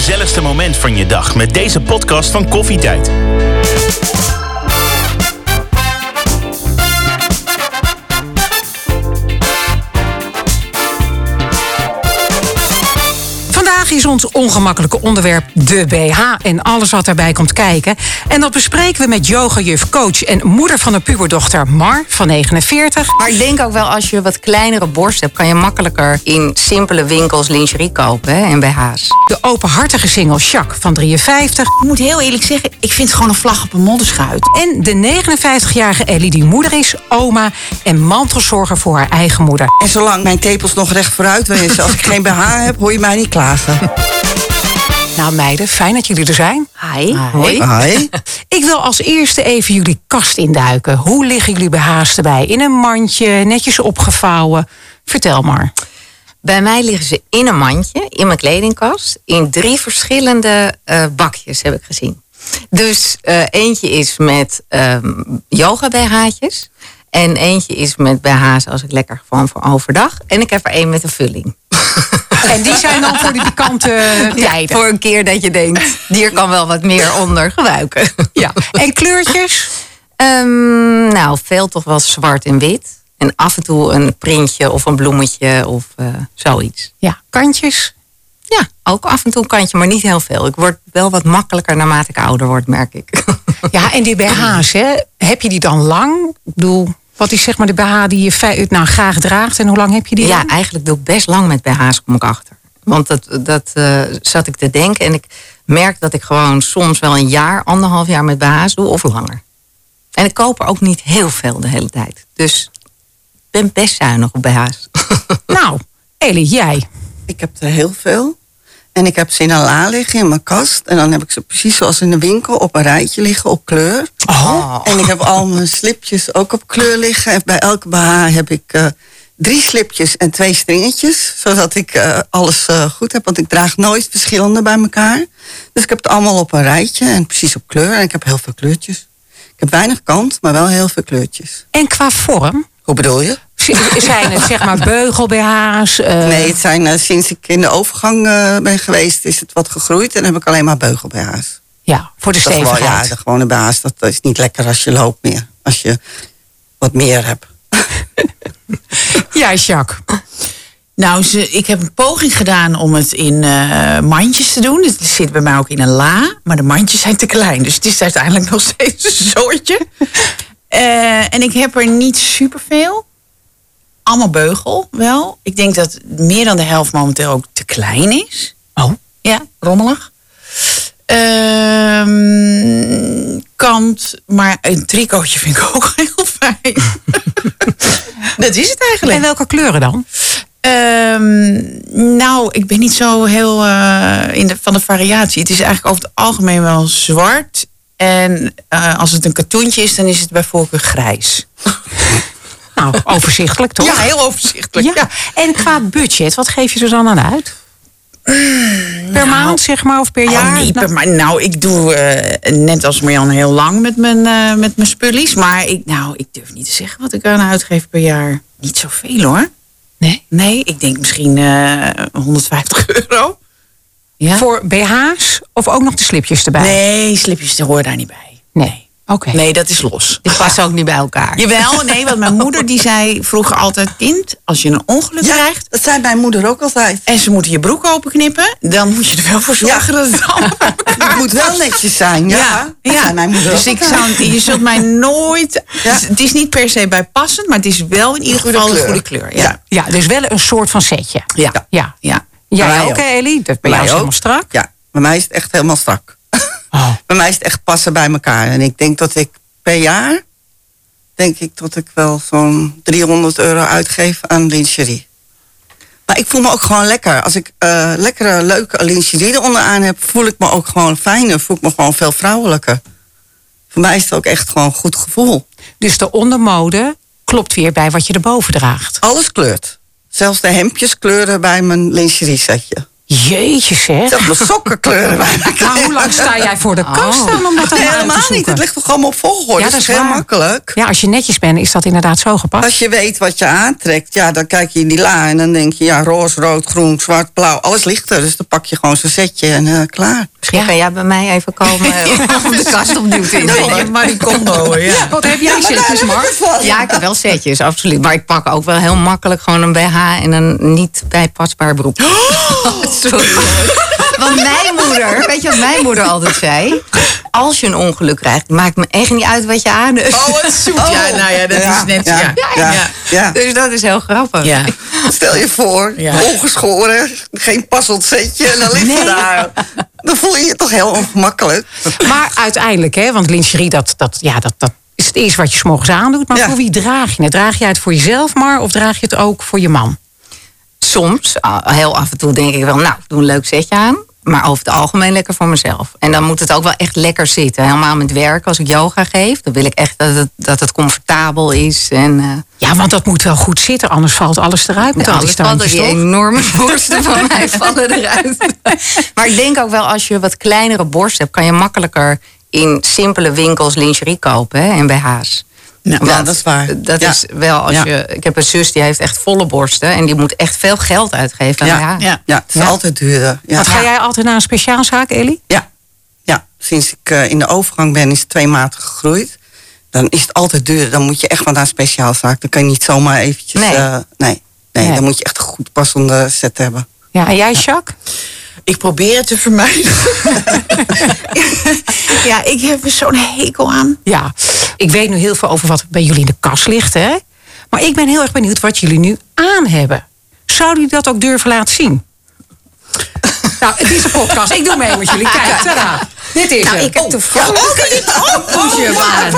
gezelligste moment van je dag met deze podcast van Koffietijd. Vandaag is ons ongemakkelijke onderwerp de BH en alles wat daarbij komt kijken. En dat bespreken we met yogajuf, coach en moeder van een puberdochter Mar van 49. Maar ik denk ook wel, als je wat kleinere borst hebt, kan je makkelijker in simpele winkels lingerie kopen, hè, en BH's. De openhartige single Jacques van 53. Ik moet heel eerlijk zeggen, ik vind het gewoon een vlag op een modderschuit. En de 59-jarige Ellie die moeder is, oma en mantelzorger voor haar eigen moeder. En zolang mijn tepels nog recht vooruit wezen, als ik geen BH heb, hoor je mij niet klagen. Nou meiden, fijn dat jullie er zijn. Hi. Hoi. Hi. Ik wil als eerste even jullie kast induiken. Hoe liggen jullie BH's erbij? In een mandje, netjes opgevouwen? Vertel maar. Bij mij liggen ze in een mandje, in mijn kledingkast, in 3 verschillende bakjes, heb ik gezien. Dus eentje is met yoga BH'tjes. En eentje is met BH's als ik lekker gewoon voor overdag. En ik heb er 1 met een vulling. En die zijn dan voor die pikante tijden? Voor een keer dat je denkt, hier kan wel wat meer onder gebruiken. Ja. En kleurtjes? Nou, veel toch wel zwart en wit. En af en toe een printje of een bloemetje of zoiets. Ja. Kantjes? Ja, ook af en toe een kantje, maar niet heel veel. Ik word wel wat makkelijker naarmate ik ouder word, merk ik. Ja, en die BH's, hè, heb je die dan lang? Ik bedoel, wat is zeg maar de BH die je graag draagt en hoe lang heb je die Ja, dan? eigenlijk doe ik best lang met BH's, kom ik achter. Want dat zat ik te denken. En ik merk dat ik gewoon soms wel een jaar, 1,5 jaar met BH's doe of langer. En ik koop er ook niet heel veel de hele tijd. Dus ik ben best zuinig op BH's. Nou, Ellie, jij? Ik heb er heel veel. En ik heb ze in een la liggen in mijn kast. En dan heb ik ze precies zoals in de winkel op een rijtje liggen op kleur. Oh. En ik heb al mijn slipjes ook op kleur liggen. En bij elke BH heb ik 3 slipjes en 2 stringetjes. Zodat ik alles goed heb. Want ik draag nooit verschillende bij elkaar. Dus ik heb het allemaal op een rijtje en precies op kleur. En ik heb heel veel kleurtjes. Ik heb weinig kant, maar wel heel veel kleurtjes. En qua vorm? Hoe bedoel je? Zijn het zeg maar beugel-BH's? Nee, het zijn sinds ik in de overgang ben geweest, is het wat gegroeid. En dan heb ik alleen maar beugel-BH's. Ja, voor de stevigheid. Ja, de gewone BH's, dat is niet lekker als je loopt meer. Als je wat meer hebt. Ja, Jacques. Nou, ik heb een poging gedaan om het in mandjes te doen. Het zit bij mij ook in een la, maar de mandjes zijn te klein. Dus het is uiteindelijk nog steeds een zoortje. En ik heb er niet superveel. Allemaal beugel wel. Ik denk dat meer dan de helft momenteel ook te klein is. Oh. Ja, rommelig. Kant, maar een tricootje vind ik ook heel fijn. Dat is het eigenlijk. En welke kleuren dan? Nou, ik ben niet zo heel van de variatie. Het is eigenlijk over het algemeen wel zwart. En als het een katoentje is, dan is het bij voorkeur grijs. Nou, overzichtelijk toch? Ja, heel overzichtelijk. Ja. En qua budget, wat geef je er dan aan uit? Per maand, zeg maar, of per jaar? Nee, per maand. Nou, ik doe net als Marjan heel lang met mijn spullies. Maar ik durf niet te zeggen wat ik aan uitgeef per jaar. Niet zoveel hoor. Nee? Nee, ik denk misschien €150. Ja? Voor BH's of ook nog de slipjes erbij? Nee, slipjes horen daar niet bij. Nee. Oké. Nee, dat is los. Die passen ook niet bij elkaar. Jawel, nee, want mijn moeder die zei vroeger altijd: kind, als je een ongeluk krijgt Dat zei mijn moeder ook altijd. en ze moeten je broek openknippen, dan moet je er wel voor zorgen dat het allemaal bij elkaar Het moet wel netjes zijn, ja. Dat zei mijn moeder Dus ook je zult mij nooit. Ja. Het is niet per se bijpassend, maar het is wel in ieder geval een goede kleur. Ja. Ja, dus wel een soort van setje. Ja. Ja. Ja. Jij Bij mij ook, ook. Ellie? Dat bij Mij jou is ook. helemaal strak. Ja, bij mij is het echt helemaal strak. Oh. Bij mij is het echt passen bij elkaar. En ik denk dat ik per jaar, denk ik dat ik wel zo'n €300 uitgeef aan lingerie. Maar ik voel me ook gewoon lekker. Als ik lekkere, leuke lingerie eronder aan heb, voel ik me ook gewoon fijner. Voel ik me gewoon veel vrouwelijker. Voor mij is het ook echt gewoon een goed gevoel. Dus de ondermode klopt weer bij wat je erboven draagt. Alles kleurt. Zelfs de hemdjes kleuren bij mijn lingerie setje. Jeetje zeg. Zelfs mijn sokken kleuren bij elkaar. Maar hoe lang sta jij voor de kast dan om dat dan Nee, uit te helemaal zoeken? niet. Het ligt toch allemaal op volgorde. Ja, dat is heel waar. makkelijk. Ja, als je netjes bent, is dat inderdaad zo gepast. Als je weet wat je aantrekt, ja, dan kijk je in die la en dan denk je, ja, roze, rood, groen, zwart, blauw, alles ligt er. Dus dan pak je gewoon zo'n setje en klaar. Misschien kan jij bij mij even komen om de kast opnieuw te invullen. Nee, Marie Kondo, ja. Wat heb jij setjes, Mark? Ja, ik heb wel setjes, absoluut. Maar ik pak ook wel heel makkelijk gewoon een BH en een niet bijpasbaar broek. Sorry. Want mijn moeder, weet je wat mijn moeder altijd zei? Als je een ongeluk krijgt, maakt me echt niet uit wat je aan hebt. Oh, wat zoet. Ja, nou ja, dat is net... Ja. Dus dat is heel grappig. Ja. Stel je voor, Ja. ongeschoren, geen passend setje en dan ligt je daar. Dan voel je je toch heel ongemakkelijk. Maar uiteindelijk, hè, want lingerie, dat is het eerste wat je 's morgens aandoet. Maar Ja. voor wie draag je het? Draag jij het voor jezelf maar, of draag je het ook voor je man? Soms, heel af en toe denk ik wel, nou, ik doe een leuk setje aan. Maar over het algemeen lekker voor mezelf. En dan moet het ook wel echt lekker zitten. Helemaal met werk, als ik yoga geef. Dan wil ik echt dat het comfortabel is. En, Ja, want dat moet wel goed zitten, anders valt alles eruit met al die alles vallen, standjes, die toch? enorme borsten van mij vallen eruit. Maar ik denk ook wel, als je wat kleinere borsten hebt, kan je makkelijker in simpele winkels lingerie kopen, hè, en BH's. Ja, Want dat is waar. Dat Ja. is wel als Ja. je. Ik heb een zus die heeft echt volle borsten en die moet echt veel geld uitgeven aan BH. Ja. Ja, het is altijd duurder. Ja. Want ga jij altijd naar een speciaalzaak, Ellie? Ja, sinds ik in de overgang ben, is het 2 maten gegroeid. Dan is het altijd duurder. Dan moet je echt wel naar een speciaalzaak. Dan kan je niet zomaar eventjes... Nee. Nee, dan moet je echt een goed passende set hebben. Ja, en jij, Jacques? Ik probeer het te vermijden. Ja, ik heb er zo'n hekel aan. Ja, ik weet nu heel veel over wat bij jullie in de kast ligt, hè? Maar ik ben heel erg benieuwd wat jullie nu aan hebben. Zouden jullie dat ook durven laten zien? Nou, het is een podcast. Ik doe mee met jullie. Kijk, tada. Dit is Nou, hem. ik heb toevallig. Poesje aan.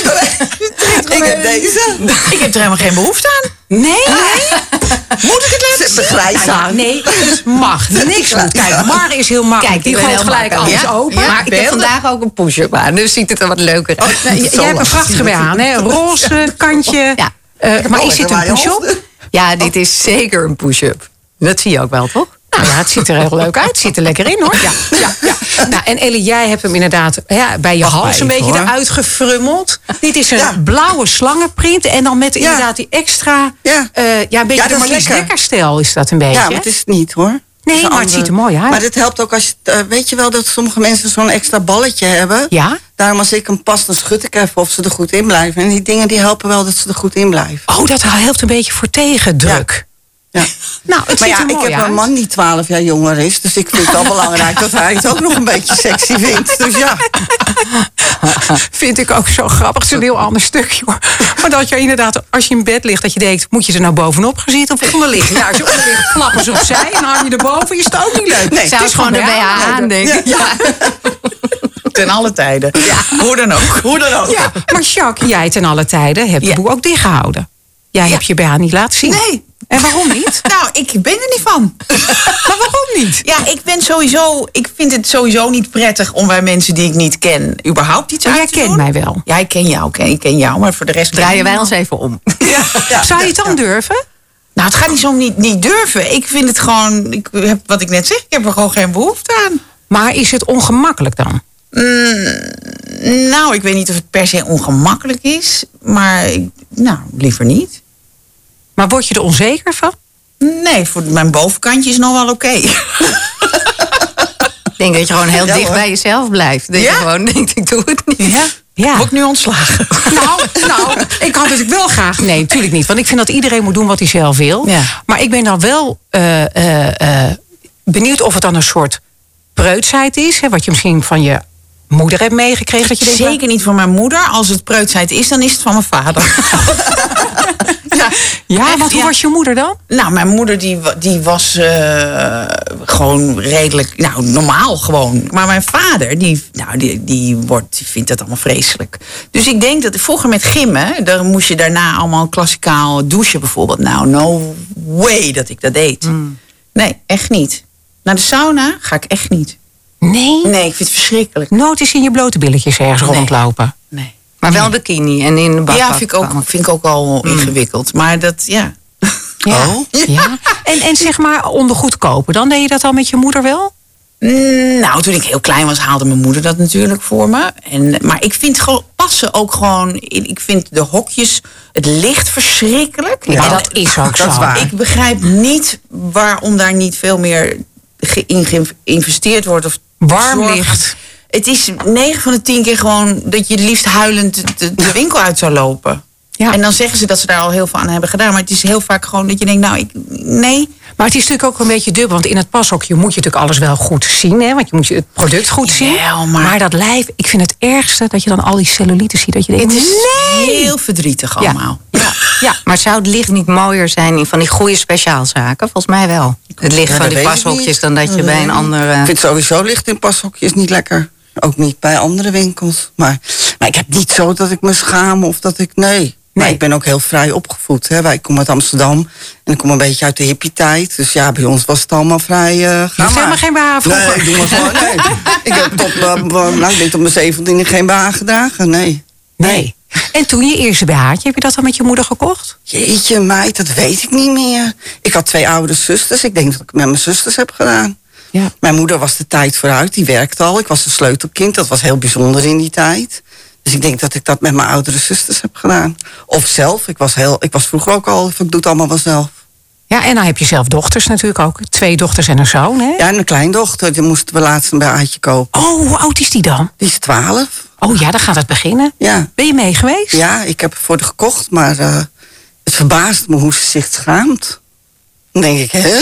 Ik heb deze. Ik heb er helemaal geen behoefte aan. Nee? Moet ik het laten Zit me grijs Nou, aan. nee, het mag. Niks moet. Kijk, Mar is heel makkelijk. Kijk, die ik ben gooit heel gelijk makkelijk. alles Ja? open. Ja. Maar ik heb beelden. vandaag ook een push-up aan, dus ziet het er wat leuker uit. Nou, jij hebt een prachtige BH aan, hè? Roze kantje. Ja. Maar is dit een push-up? Ja, dit is zeker een push-up. Dat zie je ook wel, toch? Nou ja, het ziet er heel leuk uit. Het zit er lekker in, hoor. Ja. Nou, en Ellie, jij hebt hem inderdaad bij je Wacht hals maar een even, beetje hoor. eruit gefrummeld. Dit is een Ja. blauwe slangenprint. En dan met inderdaad die extra... Ja. een beetje Ja, dat de is Marlies lekker. Dekker-stijl is dat een beetje. Ja, maar het is het niet hoor. Nee, is een maar het andere- ziet er mooi uit. Maar dit helpt ook als je... weet je wel dat sommige mensen zo'n extra balletje hebben? Ja? Daarom als ik hem pas, dan schud ik even of ze er goed in blijven. En die dingen die helpen wel dat ze er goed in blijven. Oh, dat helpt een beetje voor tegendruk. Ja. Nou, het Maar ziet ja, er ik mooi heb uit. een man die 12 jaar jonger is. Dus ik vind het wel belangrijk dat hij het ook nog een beetje sexy vindt. Dus ja. Vind ik ook zo grappig. Het is een heel ander stukje, hoor. Maar dat je inderdaad, als je in bed ligt, dat je denkt, moet je er nou bovenop gaan zitten of onder liggen? Ja, als je onder ligt, flappen ze opzij en dan hang je erboven. Is het ook niet leuk. Nee, Ik zou het is gewoon de gewoon BH aan, denk ik. Ja. Ten alle tijden. Hoe dan ook. Hoe dan ook. Ja, maar Jacques, jij ten alle tijden hebt de Ja. boel ook dichtgehouden. Jij hebt je BH niet laten zien. Nee. En waarom niet? Nou, ik ben er niet van. Maar waarom niet? Ja, ik vind het sowieso niet prettig om bij mensen die ik niet ken überhaupt iets Maar aan jij te kent doen. mij wel. Ja, ik ken jou, maar voor de rest... Draaien wij ons even om. Zou je het dan durven? Nou, het gaat niet zo om niet durven. Ik vind het gewoon, wat ik net zeg, ik heb er gewoon geen behoefte aan. Maar is het ongemakkelijk dan? Nou, ik weet niet of het per se ongemakkelijk is, maar liever niet. Maar word je er onzeker van? Nee, voor mijn bovenkantje is nog wel oké. Ik denk dat je gewoon heel Ja, dicht hoor. bij jezelf blijft. Dat Ja? je gewoon denkt, ik doe het niet. Ja? Ja. Word ik nu ontslagen? Nou, ik had het wel graag. Nee, natuurlijk niet. Want ik vind dat iedereen moet doen wat hij zelf wil. Ja. Maar ik ben dan wel benieuwd of het dan een soort preutsheid is. Hè, wat je misschien van je moeder hebt meegekregen. Dat je denkt, Zeker niet van mijn moeder. Als het preutsheid is, dan is het van mijn vader. ja, echt, want hoe ja. was je moeder dan? Nou, mijn moeder die was gewoon redelijk, normaal gewoon. Maar mijn vader, die vindt dat allemaal vreselijk. Dus ik denk dat vroeger met gymmen, dan moest je daarna allemaal klassikaal douchen bijvoorbeeld. Nou, no way dat ik dat deed. Nee, echt niet. Naar de sauna ga ik echt niet. Nee. Nee, ik vind het verschrikkelijk. Nooit eens in je blote billetjes ergens rondlopen. Nee. Maar wel een bikini en in de badpak. Ja, vind ik ook al ingewikkeld. Maar dat, ja. Ja. Oh. Ja. En zeg maar ondergoed kopen. Dan deed je dat al met je moeder wel? Nou, toen ik heel klein was, haalde mijn moeder dat natuurlijk voor me. Maar ik vind passen ook gewoon... Ik vind de hokjes, het licht verschrikkelijk. Ja, dat is ook zo. Dat is waar. Ik begrijp niet waarom daar niet veel meer in geïnvesteerd wordt. Of Warm zorg. licht. Het is 9 van de 10 keer gewoon dat je het liefst huilend de winkel uit zou lopen. Ja. En dan zeggen ze dat ze daar al heel veel aan hebben gedaan. Maar het is heel vaak gewoon dat je denkt, nee. Maar het is natuurlijk ook een beetje dubbel. Want in het pashokje moet je natuurlijk alles wel goed zien. Hè? Want je moet het product goed zien. Jawel, maar dat lijf, ik vind het ergste dat je dan al die cellulite ziet. Dat je denkt, het is nee. heel verdrietig allemaal. Ja. Maar zou het licht niet mooier zijn in van die goede speciaalzaken? Volgens mij wel. Het licht Ja, van dat die weet ik pashokjes niet. dan dat je bij een andere... Ik vind sowieso licht in pashokjes niet lekker. Ook niet bij andere winkels. Maar ik heb niet zo dat ik me schaam of dat ik... Nee. Maar ik ben ook heel vrij opgevoed. Hè. Wij komen uit Amsterdam. En ik kom een beetje uit de hippie-tijd. Dus ja, bij ons was het allemaal vrij... Je hebt helemaal geen BH vroeger. Nee, ik doe maar gewoon... Nee. Ik heb ik denk tot mijn 17e geen BH gedragen. Nee. En toen je eerste BH'tje, heb je dat dan met je moeder gekocht? Jeetje, meid, dat weet ik niet meer. Ik had 2 oudere zusters. Ik denk dat ik het met mijn zusters heb gedaan. Ja. Mijn moeder was de tijd vooruit. Die werkte al. Ik was een sleutelkind. Dat was heel bijzonder in die tijd. Dus ik denk dat ik dat met mijn oudere zusters heb gedaan. Of zelf. Ik was vroeger ook al... Ik doe het allemaal wel zelf. Ja, en dan heb je zelf dochters natuurlijk ook. 2 dochters en een zoon, hè? Ja, en een kleindochter. Die moesten we laatst een BH'tje kopen. Oh, hoe oud is die dan? Die is 12. Oh ja, dan gaat het beginnen. Ja. Ben je mee geweest? Ja, ik heb voor de gekocht. Maar het verbaast me hoe ze zich schaamt. Dan denk ik, hè?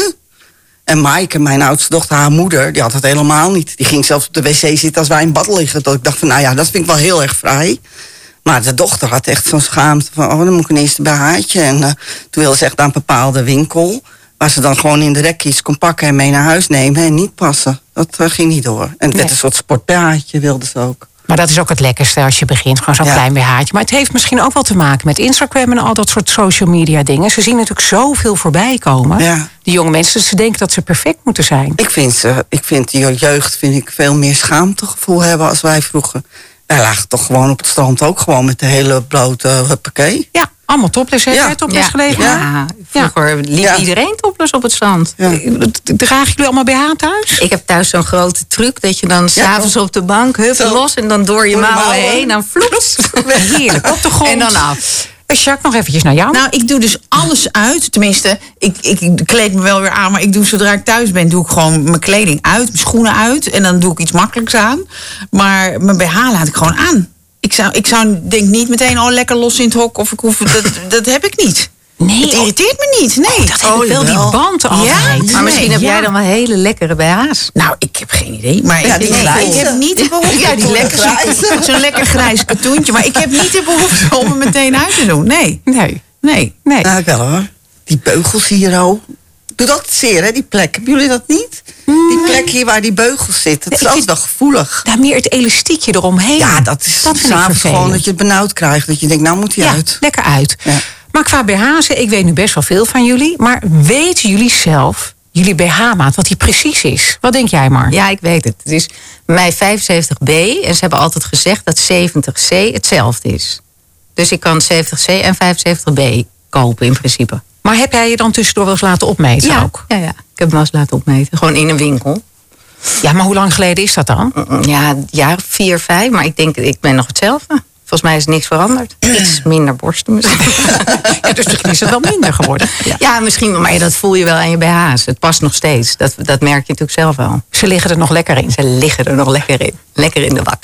En Maaike, mijn oudste dochter, haar moeder, die had het helemaal niet. Die ging zelfs op de wc zitten als wij in bad liggen. Dat ik dacht van, nou ja, dat vind ik wel heel erg vrij. Maar de dochter had echt zo'n schaamte van, oh, dan moet ik ineens een BH'tje. En toen wilde ze echt naar een bepaalde winkel, waar ze dan gewoon in de rekjes kon pakken en mee naar huis nemen en niet passen. Dat ging niet door. En het werd een soort sport-BH'tje, wilde ze ook. Maar dat is ook het lekkerste als je begint. Gewoon zo'n klein BH'tje. Maar het heeft misschien ook wel te maken met Instagram en al dat soort social media dingen. Ze zien natuurlijk zoveel voorbij komen. Ja. Die jonge mensen, ze denken dat ze perfect moeten zijn. Ik vind die jeugd veel meer schaamtegevoel hebben als wij vroeger. Wij lagen toch gewoon op het strand ook gewoon met de hele blote huppakee. Ja, allemaal topless, hè? Ja. Topless gelegen. Ja, vroeger liep iedereen topless op het strand. Ja. Dragen jullie allemaal BH thuis? Ik heb thuis zo'n grote truc dat je dan s'avonds op de bank huppen los en dan door je Door de mouwen mouwen. heen, dan vloeps. Heerlijk, op de grond. En dan af. Jacques, nog eventjes naar jou. Nou, ik doe dus alles uit. Tenminste, ik kleed me wel weer aan. Maar ik doe zodra ik thuis ben, doe ik gewoon mijn kleding uit. Mijn schoenen uit. En dan doe ik iets makkelijks aan. Maar mijn BH laat ik gewoon aan. Ik zou denk niet meteen, oh, lekker los in het hok. Of ik hoef, dat heb ik niet. Nee, Het irriteert me niet, nee. dat heb ik wel, die jawel. band altijd. Maar misschien heb jij dan wel hele lekkere BH's. Nou, ik heb geen idee. Maar Ja, ik, die nee, grijze. ik heb niet de behoefte. Ja, die lekker grijze. zo'n lekker grijs katoentje. Maar ik heb niet de behoefte om hem meteen uit te doen. Nee. Nee. Nee. Ja, ik wel hoor. Die beugels hier, oh. Doe dat zeer, hè, die plek. Hebben jullie dat niet? Die plek hier waar die beugels zitten. Het is altijd wel gevoelig. Daar meer het elastiekje eromheen. Ja, dat is dat vind ik s'avonds vervelend. gewoon dat je het benauwd krijgt. Dat je denkt, nou moet hij Ja, uit. lekker uit. Ja. Maar qua BH's, ik weet nu best wel veel van jullie. Maar weten jullie zelf, jullie BH-maat, wat die precies is? Wat denk jij, Mar? Ja, ik weet het. Het is mij 75B. En ze hebben altijd gezegd dat 70C hetzelfde is. Dus ik kan 70C en 75B kopen in principe. Maar heb jij je dan tussendoor wel eens laten opmeten ook? Ja. Ik heb hem wel eens laten opmeten. Gewoon in een winkel. Ja, maar hoe lang geleden is dat dan? Ja, een jaar 4, 5. Maar ik denk, ik ben nog hetzelfde. Volgens mij is niks veranderd. Iets minder borsten misschien. Ja, dus misschien is het wel minder geworden. Ja, misschien wel. Maar dat voel je wel aan je BH's. Het past nog steeds. Dat merk je natuurlijk zelf wel. Ze liggen er nog lekker in. Ze liggen er nog lekker in. Lekker in de bak.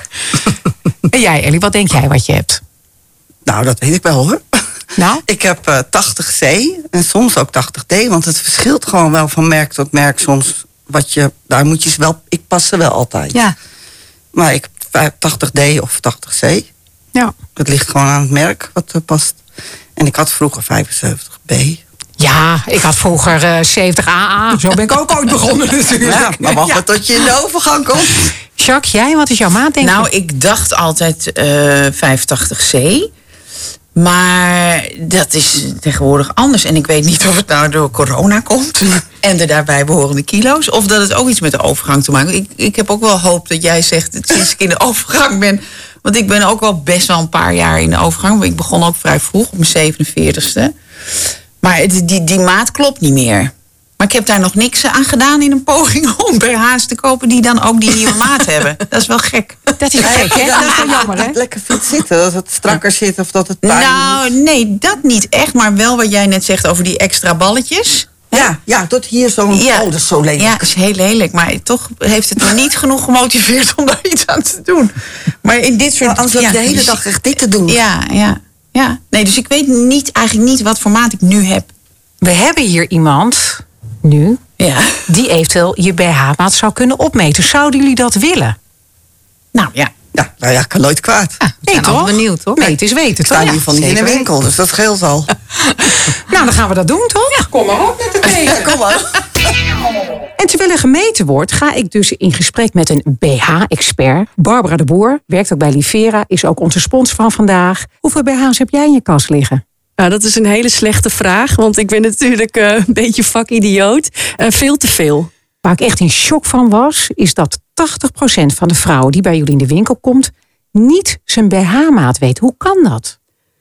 En jij, Ellie, wat denk jij wat je hebt? Nou, dat weet ik wel hoor. Nou? Ik heb 80C en soms ook 80D. Want het verschilt gewoon wel van merk tot merk soms. Daar moet je ze wel... Ik pas ze wel altijd. Ja. Maar ik heb 80D of 80C. Ja. Het ligt gewoon aan het merk wat er past. En ik had vroeger 75B. Ja, ik had vroeger 70AA. Zo ben ik ook ooit begonnen natuurlijk. Ja, maar wacht maar tot je in de overgang komt. Jacques, jij, wat is jouw maat, denk je? Nou, ik dacht altijd 85C. Maar dat is tegenwoordig anders. En ik weet niet of het nou door corona komt. En de daarbij behorende kilo's. Of dat het ook iets met de overgang te maken heeft. Ik heb ook wel hoop dat jij zegt dat sinds ik in de overgang ben. Want ik ben ook wel best wel een paar jaar in de overgang. Ik begon ook vrij vroeg, op mijn 47ste. Maar die maat klopt niet meer. Maar ik heb daar nog niks aan gedaan in een poging om BH's te kopen die dan ook die nieuwe maat hebben. Dat is wel gek. Dat is gek, hè? Dat is wel jammer, hè? Lekker fit zitten, dat het strakker zit of dat het pijn Nou, nee, dat niet echt. Maar wel wat jij net zegt over die extra balletjes. Ja, tot hier zo'n... Ja. Oh, dat is zo lelijk. Ja, dat is heel lelijk. Maar toch heeft het me niet genoeg gemotiveerd om daar iets aan te doen. Maar in dit soort... Als we de hele dag echt dit te doen. Ja. Nee, dus ik weet eigenlijk niet wat voor maat ik nu heb. We hebben hier iemand, nu, die eventueel je BH-maat zou kunnen opmeten. Zouden jullie dat willen? Nou ja. Ja, nou ja, kan nooit kwaad. Nee, zijn toch? altijd benieuwd, toch? Meten is weten, Ik sta toch? in ieder geval niet in de winkel, dus dat scheelt al. Nou, dan gaan we dat doen, toch? Ja, kom maar op met het meten. Kom maar. En terwijl er gemeten wordt, ga ik dus in gesprek met een BH-expert. Barbara de Boer, werkt ook bij Livera, is ook onze sponsor van vandaag. Hoeveel BH's heb jij in je kast liggen? Nou, dat is een hele slechte vraag, want ik ben natuurlijk een beetje vakidioot. Veel te veel. Waar ik echt in shock van was, is dat 80% van de vrouwen die bij jullie in de winkel komt, niet zijn BH-maat weet. Hoe kan dat?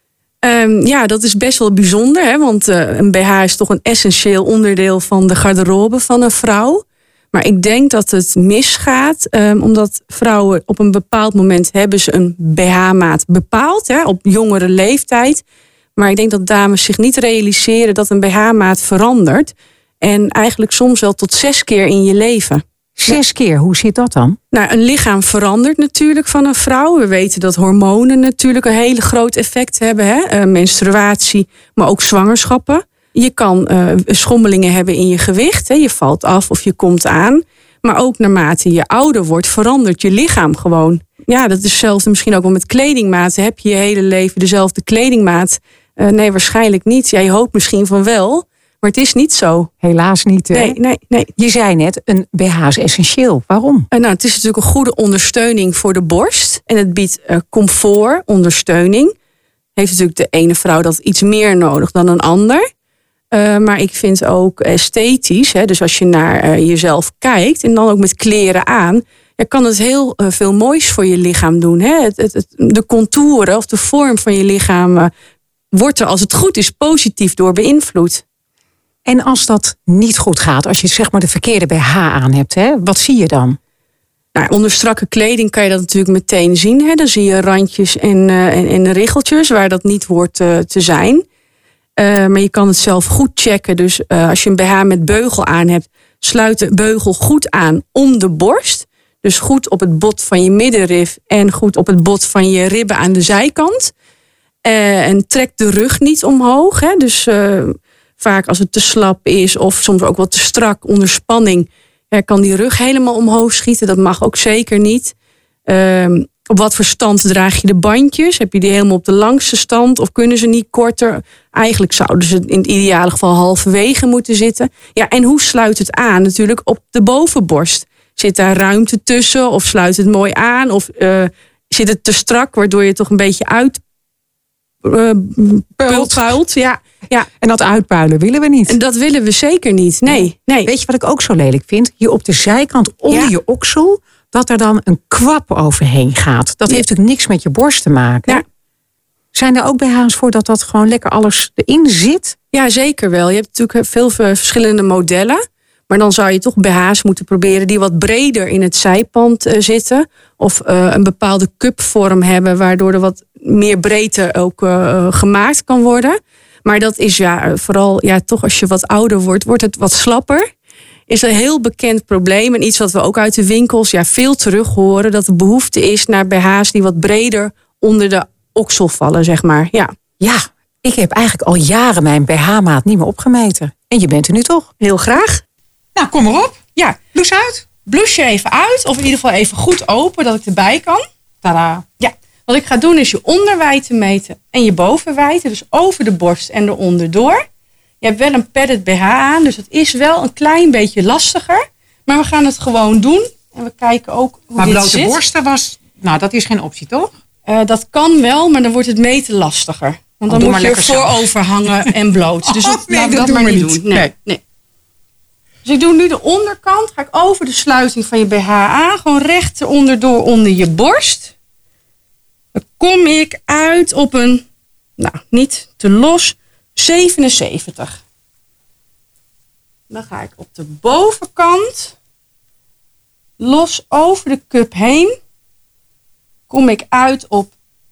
Ja, dat is best wel bijzonder, hè? Want een BH is toch een essentieel onderdeel van de garderobe van een vrouw. Maar ik denk dat het misgaat, omdat vrouwen op een bepaald moment hebben ze een BH-maat bepaald, hè, op jongere leeftijd. Maar ik denk dat dames zich niet realiseren dat een BH-maat verandert. En eigenlijk soms wel tot 6 keer in je leven. 6 keer, hoe zit dat dan? Nou, een lichaam verandert natuurlijk van een vrouw. We weten dat hormonen natuurlijk een hele groot effect hebben. Hè? Menstruatie, maar ook zwangerschappen. Je kan schommelingen hebben in je gewicht. Hè? Je valt af of je komt aan. Maar ook naarmate je ouder wordt, verandert je lichaam gewoon. Ja, dat is hetzelfde misschien ook wel met kledingmaten. Heb je je hele leven dezelfde kledingmaat? Nee, waarschijnlijk niet. Ja, je hoopt misschien van wel. Maar het is niet zo. Helaas niet. Hè? Nee. Je zei net, een BH is essentieel. Waarom? Nou, het is natuurlijk een goede ondersteuning voor de borst. En het biedt comfort, ondersteuning. Heeft natuurlijk de ene vrouw dat iets meer nodig dan een ander. Maar ik vind ook esthetisch. Hè, dus als je naar jezelf kijkt en dan ook met kleren aan, kan het heel veel moois voor je lichaam doen. Hè? De contouren of de vorm van je lichaam wordt er, als het goed is, positief door beïnvloed. En als dat niet goed gaat, als je zeg maar de verkeerde BH aan hebt, hè, wat zie je dan? Nou, onder strakke kleding kan je dat natuurlijk meteen zien. Hè? Dan zie je randjes en riggeltjes waar dat niet hoort te zijn. Maar je kan het zelf goed checken. Dus als je een BH met beugel aan hebt, sluit de beugel goed aan om de borst. Dus goed op het bot van je middenrif en goed op het bot van je ribben aan de zijkant. En trek de rug niet omhoog. Hè? Dus vaak als het te slap is of soms ook wat te strak onder spanning, kan die rug helemaal omhoog schieten. Dat mag ook zeker niet. Op wat voor stand draag je de bandjes? Heb je die helemaal op de langste stand of kunnen ze niet korter? Eigenlijk zouden ze in het ideale geval halverwege moeten zitten. Ja, en hoe sluit het aan? Natuurlijk op de bovenborst. Zit daar ruimte tussen of sluit het mooi aan? Of zit het te strak waardoor je toch een beetje uitpuilt? Ja. En dat uitpuilen willen we niet. En dat willen we zeker niet. Nee. Weet je wat ik ook zo lelijk vind? Hier op de zijkant onder je oksel, dat er dan een kwap overheen gaat. Dat heeft natuurlijk niks met je borst te maken. Ja. Zijn er ook BH's voor dat gewoon lekker alles erin zit? Ja, zeker wel. Je hebt natuurlijk veel verschillende modellen. Maar dan zou je toch BH's moeten proberen die wat breder in het zijpand zitten. Of een bepaalde cupvorm hebben, waardoor er wat meer breedte ook gemaakt kan worden. Maar dat is vooral toch als je wat ouder wordt het wat slapper. Is een heel bekend probleem. En iets wat we ook uit de winkels veel terug horen. Dat er behoefte is naar BH's die wat breder onder de oksel vallen, zeg maar. Ja, ik heb eigenlijk al jaren mijn BH-maat niet meer opgemeten. En je bent er nu toch? Heel graag. Nou, kom maar op. Ja, Blouse uit. blouse je even uit. Of in ieder geval even goed open, dat ik erbij kan. Tadaa. Ja. Wat ik ga doen is je onderwijte meten en je bovenwijte. Dus over de borst en eronder door. Je hebt wel een padded BH aan, dus het is wel een klein beetje lastiger. Maar we gaan het gewoon doen. En we kijken ook hoe maar dit blote zit. borsten dat is geen optie, toch? Dat kan wel, maar dan wordt het meten lastiger. Want dan moet je er voorover hangen en bloot. Dus laten we dat maar niet doen. Nee. Dus ik doe nu de onderkant. Ga ik over de sluiting van je BH aan. Gewoon recht eronder onder je borst. Dan kom ik uit op een, niet te los, 77. Dan ga ik op de bovenkant los over de cup heen. Kom ik uit op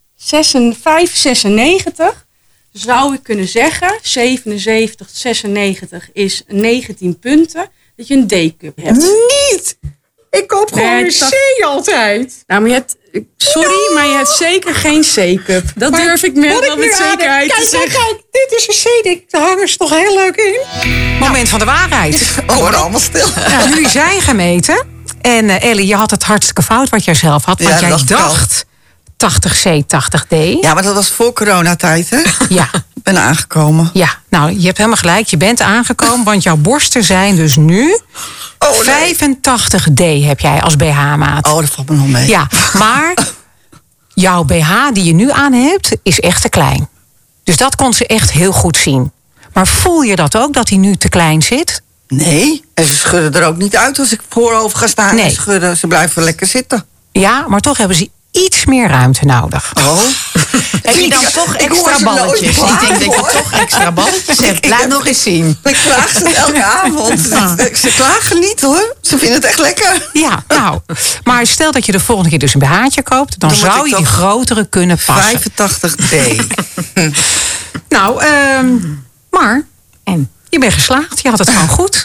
5,96. Zou ik kunnen zeggen, 77, 96 is 19 punten. Dat je een D-cup hebt. Niet! Ik koop gewoon een C altijd. Nou, maar je hebt... Sorry, maar je hebt zeker geen C-cup. Dat durf ik wel met zekerheid te zeggen. Kijk, dit is een C. Daar hangen ze toch heel leuk in. Moment van de waarheid. Oh, worden allemaal stil. Nou, jullie zijn gemeten. En Ellie, je had het hartstikke fout wat jij zelf had. Want Ja, jij dat dacht 80C, 80D. Ja, maar dat was voor coronatijd, hè? Ja. Ik ben aangekomen. Ja, nou, je hebt helemaal gelijk. Je bent aangekomen, want jouw borsten zijn dus nu... Oh, nee. 85D heb jij als BH-maat. Oh, dat valt me nog mee. Ja, maar jouw BH die je nu aan hebt, is echt te klein. Dus dat kon ze echt heel goed zien. Maar voel je dat ook, dat hij nu te klein zit? Nee, en ze schudden er ook niet uit als ik voorover ga staan Nee. en schudden. Ze blijven lekker zitten. Ja, maar toch hebben ze iets meer ruimte nodig. Oh. Heb je dan toch ik hoor extra ze nooit balletjes? Ik klagen, denk dat je hoor. toch extra balletjes hebt. Laat nog eens zien. Ik klaag ze elke avond. Ze klagen niet, hoor. Ze vinden het echt lekker. Ja, nou. Maar stel dat je de volgende keer dus een BH'tje koopt... dan Dan moet zou ik je die toch grotere kunnen passen. 85D. Nou, maar... En? Je bent geslaagd, je had het gewoon goed.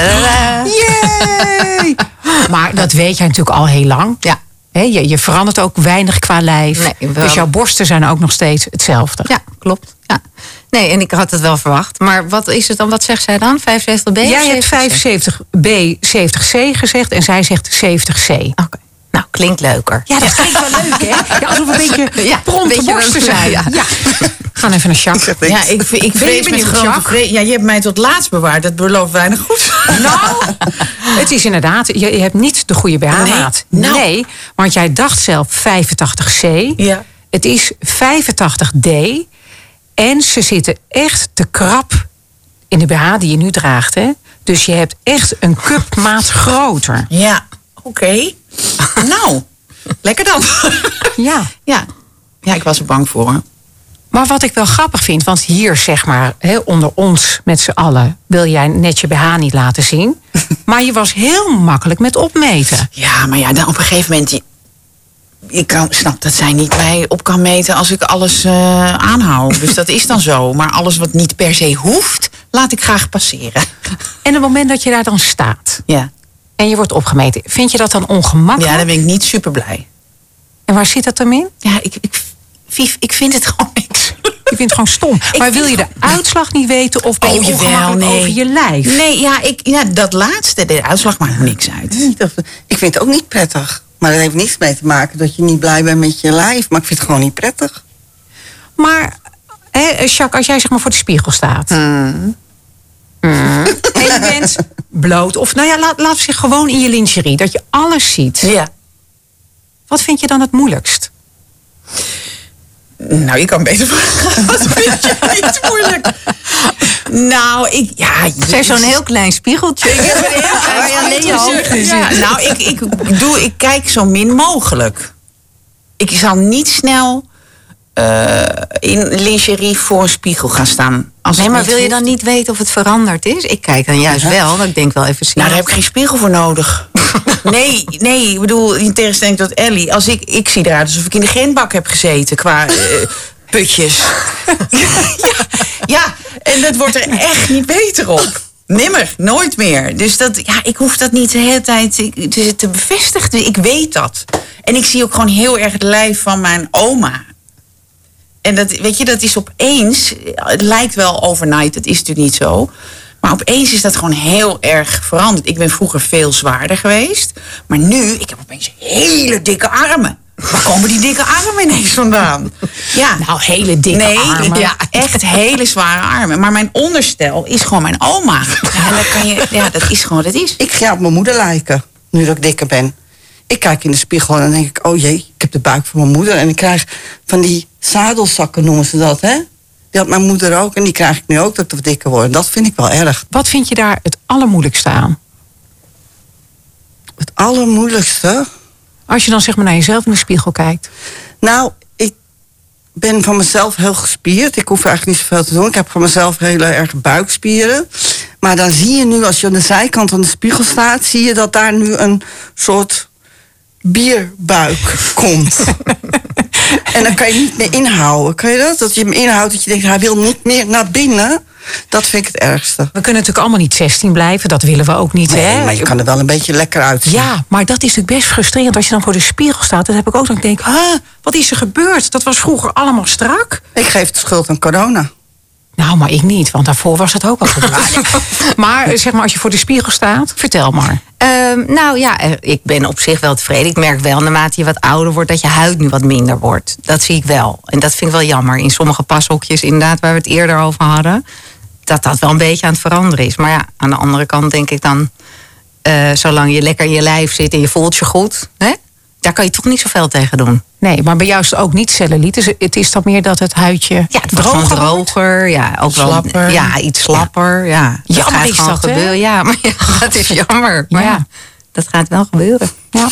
Yay! Maar dat weet jij natuurlijk al heel lang. Ja. He, je verandert ook weinig qua lijf. Nee, wel. Dus jouw borsten zijn ook nog steeds hetzelfde. Ja, klopt. Ja. Nee, en ik had het wel verwacht. Maar wat is het dan? Wat zegt zij dan? 75B? Jij of hebt 75B, 70C gezegd en zij zegt 70C. Oké. Nou, klinkt leuker. Ja, dat klinkt wel leuk, hè? Ja, alsof we een beetje Ja, prompte beetje borsten wel- zijn. ja. Ja. Gaan even naar Jacques. Ja, ik vrees met benieuwd, grote Jacques? vrees. Ja, je hebt mij tot laatst bewaard. Dat belooft weinig goed. Nou, het is inderdaad, je hebt niet de goede BH-maat. Nee? Nou. Nee, want jij dacht zelf 85C. Ja. Het is 85D. En ze zitten echt te krap in de BH die je nu draagt. Hè? Dus je hebt echt een cupmaat groter. Ja, oké. Nou, lekker dan. Ja. Ja. Ja, ik was er bang voor. Maar wat ik wel grappig vind, want hier zeg maar onder ons met z'n allen wil jij net je BH niet laten zien. Maar je was heel makkelijk met opmeten. Ja, maar ja, dan op een gegeven moment... Ik snap dat zij niet mij op kan meten als ik alles aanhoud. Dus dat is dan zo. Maar alles wat niet per se hoeft, laat ik graag passeren. En op het moment dat je daar dan staat Ja, en je wordt opgemeten, vind je dat dan ongemakkelijk? ja dan ben ik niet super blij. En waar zit dat dan in? Ja, Vief, ik vind het gewoon niks. Je vindt het gewoon stom. Maar wil je de uitslag niet weten of ben je ongemakkelijk over je lijf? Nee, ja, dat laatste, de uitslag maakt niks uit. Ik vind het ook niet prettig. Maar dat heeft niets mee te maken dat je niet blij bent met je lijf. Maar ik vind het gewoon niet prettig. Maar, Jacques, als jij zeg maar voor de spiegel staat. En je bent bloot. Of nou ja, laten we zeggen gewoon in je lingerie. Dat je alles ziet. Ja. Wat vind je dan het moeilijkst? Nou, je kan beter vragen. Wat vind je niet moeilijk? Nou, Ze heeft zo'n heel klein spiegeltje. Ik heb een heel Waar je alleen je hoofd in Ja, ziet. nou, ik kijk zo min mogelijk. Ik zal niet snel in lingerie voor een spiegel gaan staan. Als Nee, het maar niet wil je hoeft. dan niet weten of het veranderd is? Ik kijk dan juist wel. Dat ik denk wel even snel. Nou, daar heb ik geen spiegel voor nodig. Nee, ik bedoel, in tegenstelling tot Ellie. Als ik zie eruit alsof ik in de grindbak heb gezeten qua putjes. ja, en dat wordt er echt niet beter op. Nimmer, nooit meer. Dus ik hoef dat niet de hele tijd te bevestigen. Dus ik weet dat. En ik zie ook gewoon heel erg het lijf van mijn oma. En dat, weet je, dat is opeens, het lijkt wel overnight, dat is natuurlijk niet zo. Maar opeens is dat gewoon heel erg veranderd. Ik ben vroeger veel zwaarder geweest. Maar nu, ik heb opeens hele dikke armen. Waar komen die dikke armen ineens vandaan? Ja. Nou, hele dikke armen. Ja, echt hele zware armen. Maar mijn onderstel is gewoon mijn oma. Dat is gewoon wat het is. Ik ga op mijn moeder lijken, nu dat ik dikker ben. Ik kijk in de spiegel en dan denk ik, oh jee, ik heb de buik van mijn moeder. En ik krijg van die zadelzakken, noemen ze dat, hè? Die had mijn moeder ook en die krijg ik nu ook, dat ik wat dikker word. Dat vind ik wel erg. Wat vind je daar het allermoeilijkste aan? Het allermoeilijkste? Als je dan zeg maar naar jezelf in de spiegel kijkt. Nou, ben van mezelf heel gespierd. Ik hoef eigenlijk niet zoveel te doen. Ik heb van mezelf heel erg buikspieren. Maar dan zie je nu, als je aan de zijkant van de spiegel staat, zie je dat daar nu een soort bierbuik komt. En dan kan je niet meer inhouden. Kan je dat? Dat je hem inhoudt, dat je denkt, hij wil niet meer naar binnen. Dat vind ik het ergste. We kunnen natuurlijk allemaal niet 16 blijven. Dat willen we ook niet. Nee, hè? maar je kan er wel een beetje lekker uitzien. Ja, maar dat is natuurlijk best frustrerend als je dan voor de spiegel staat. Dat heb ik ook dan denk, wat is er gebeurd? Dat was vroeger allemaal strak. Ik geef de schuld aan corona. Nou, maar ik niet, want daarvoor was het ook al gebeurd. Maar zeg maar, als je voor de spiegel staat, vertel maar. Nou ja, ik ben op zich wel tevreden. Ik merk wel, naarmate je wat ouder wordt, dat je huid nu wat minder wordt. Dat zie ik wel. En dat vind ik wel jammer. In sommige pashokjes, inderdaad, waar we het eerder over hadden, dat wel een beetje aan het veranderen is. Maar ja, aan de andere kant denk ik dan, zolang je lekker in je lijf zit en je voelt je goed, hè, daar kan je toch niet zoveel tegen doen. Nee, maar bij jou is het ook niet cellulite. Het is dan meer dat het huidje het wordt gewoon droger. Ja, ook Slapper. wel. Ja, iets slapper. Ja. Jammer gaat is gewoon dat, hè? gebeuren. Ja, maar ja, dat is jammer. Maar Ja. ja, dat gaat wel gebeuren. Ja.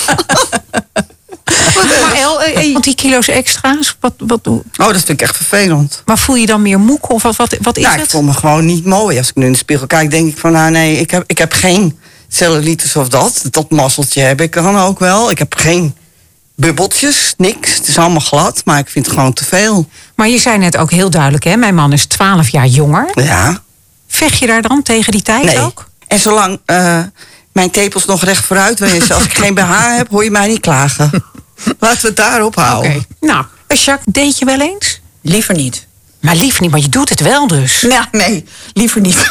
Maar El, want die kilo's extra's, wat, Oh, dat vind ik echt vervelend. maar voel je dan meer moek of wat is Ja, ik het? voel me gewoon niet mooi. Als ik nu in de spiegel kijk, denk ik van, nou nee, ik heb geen cellulitis of dat. Dat mazzeltje heb ik dan ook wel. Ik heb geen bubbeltjes, niks. Het is allemaal glad, maar ik vind het gewoon te veel. Maar je zei net ook heel duidelijk, hè? Mijn man is 12 jaar jonger. Ja, Vecht je daar dan tegen die tijd nee. ook? En zolang mijn tepels nog recht vooruit wezen, als ik geen BH heb, hoor je mij niet klagen. Laten we het daarop houden. Oké. Nou, Jacques, deed je wel eens? Liever niet. Maar lief niet, maar je doet het wel dus. Nou, nee, liever niet.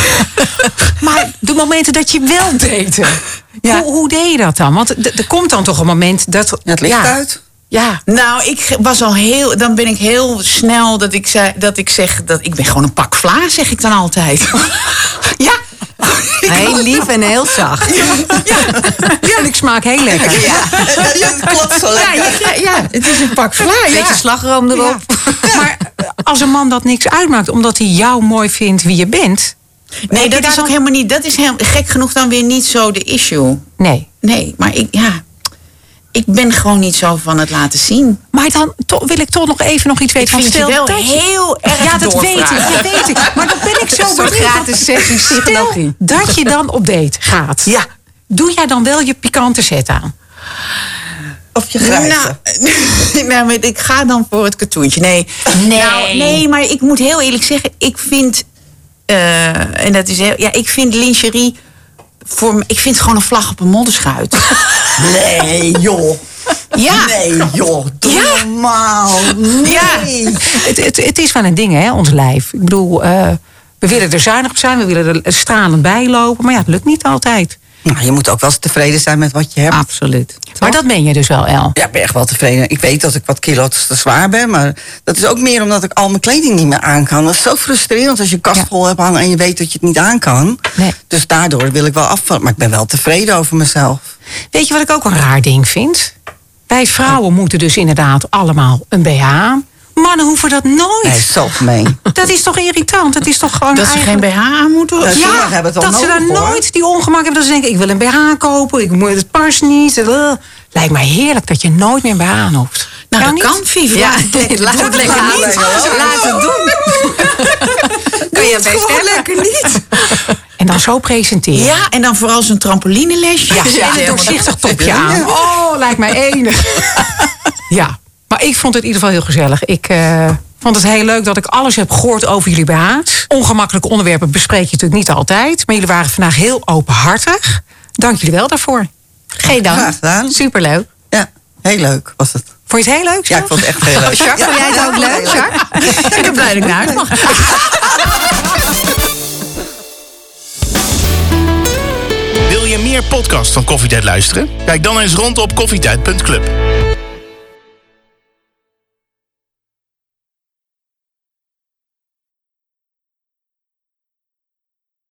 Maar de momenten dat je wel deed, Ja. hoe deed je dat dan? Want er komt dan toch een moment dat... Ja, het licht uit. Ja, Nou, ik was al heel. Dan ben ik heel snel dat ik zeg dat ik ben gewoon een pak vla, zeg ik dan altijd. Ja. Heel lief en heel zacht. en ik smaak heel lekker. Ja, Ja, het klopt zo lekker. Ja, het is een pak vla. Ja. beetje slagroom erop. Ja. Maar als een man dat niks uitmaakt, omdat hij jou mooi vindt wie je bent... Nee, heb je dat daar is ook dan- helemaal niet. Dat is gek genoeg dan weer niet zo de issue. Nee. Nee, maar ik ben gewoon niet zo van het laten zien. Maar dan wil ik toch nog even iets weten. Ik vind Want je wel dat heel erg Ja, dat weet ik. doorvragen. Dat weet ik. Maar dan ben ik zo Een soort benieuwd. gratis sessie Stel psychologie. dat je dan op date gaat. Ja. Doe jij dan wel je pikante set aan? Of je grijze. Nou, maar ik ga dan voor het katoentje. Nee. Nou, nee, maar ik moet heel eerlijk zeggen, ik vind, en dat is heel, ja, ik vind lingerie, ik vind het gewoon een vlag op een modderschuit. Nee, joh. Ja. Nee, joh. Doe Ja. normaal. Nee. Het is wel een ding, hè, ons lijf. Ik bedoel, we willen er zuinig op zijn. We willen er stralend bij lopen. Maar ja, het lukt niet altijd. Nou, je moet ook wel eens tevreden zijn met wat je hebt. Absoluut. Maar dat ben je dus wel, El. Ja, ik ben echt wel tevreden. Ik weet dat ik wat kilo's te zwaar ben, maar dat is ook meer omdat ik al mijn kleding niet meer aan kan. Dat is zo frustrerend als je een kast Ja. vol hebt hangen en je weet dat je het niet aan kan. Nee. Dus daardoor wil ik wel afvallen. Maar ik ben wel tevreden over mezelf. Weet je wat ik ook een raar ding vind? Wij vrouwen moeten dus inderdaad allemaal een BH aan. Mannen hoeven dat nooit. Nee, zo gemeen. Dat is toch irritant? Dat is toch gewoon Dat ze geen eigenlijk... BH aan moeten? Ja, sommigen hebben het al dat ze nodig, daar hoor. nooit die ongemak hebben. Dat ze denken, ik wil een BH kopen. Het past niet. Lijkt mij heerlijk dat je nooit meer een BH aan hoeft. Nou, Jou dat niet? kan, Vivi. Ja, Laat het lekker gaan. niet. Laat het doen. Kun je best Gewoon hebben. lekker niet. En dan zo presenteren. Ja, en dan vooral zo'n trampolinelesje. En een doorzichtig topje aan. Oh, lijkt mij enig. Ja, maar ik vond het in ieder geval heel gezellig. Ik vond het heel leuk dat ik alles heb gehoord over jullie BH's. Ongemakkelijke onderwerpen bespreek je natuurlijk niet altijd. Maar jullie waren vandaag heel openhartig. Dank jullie wel daarvoor. Geen dank. Graag gedaan. Superleuk. Ja, heel leuk was het. Vond je het heel leuk? Ja, ik vond het echt heel leuk. Jacques, vond jij het ook leuk, Jacques? Ik ben blij dat ik naar huis mag. Wil je meer podcasts van Koffietijd luisteren? Kijk dan eens rond op koffietijd.club.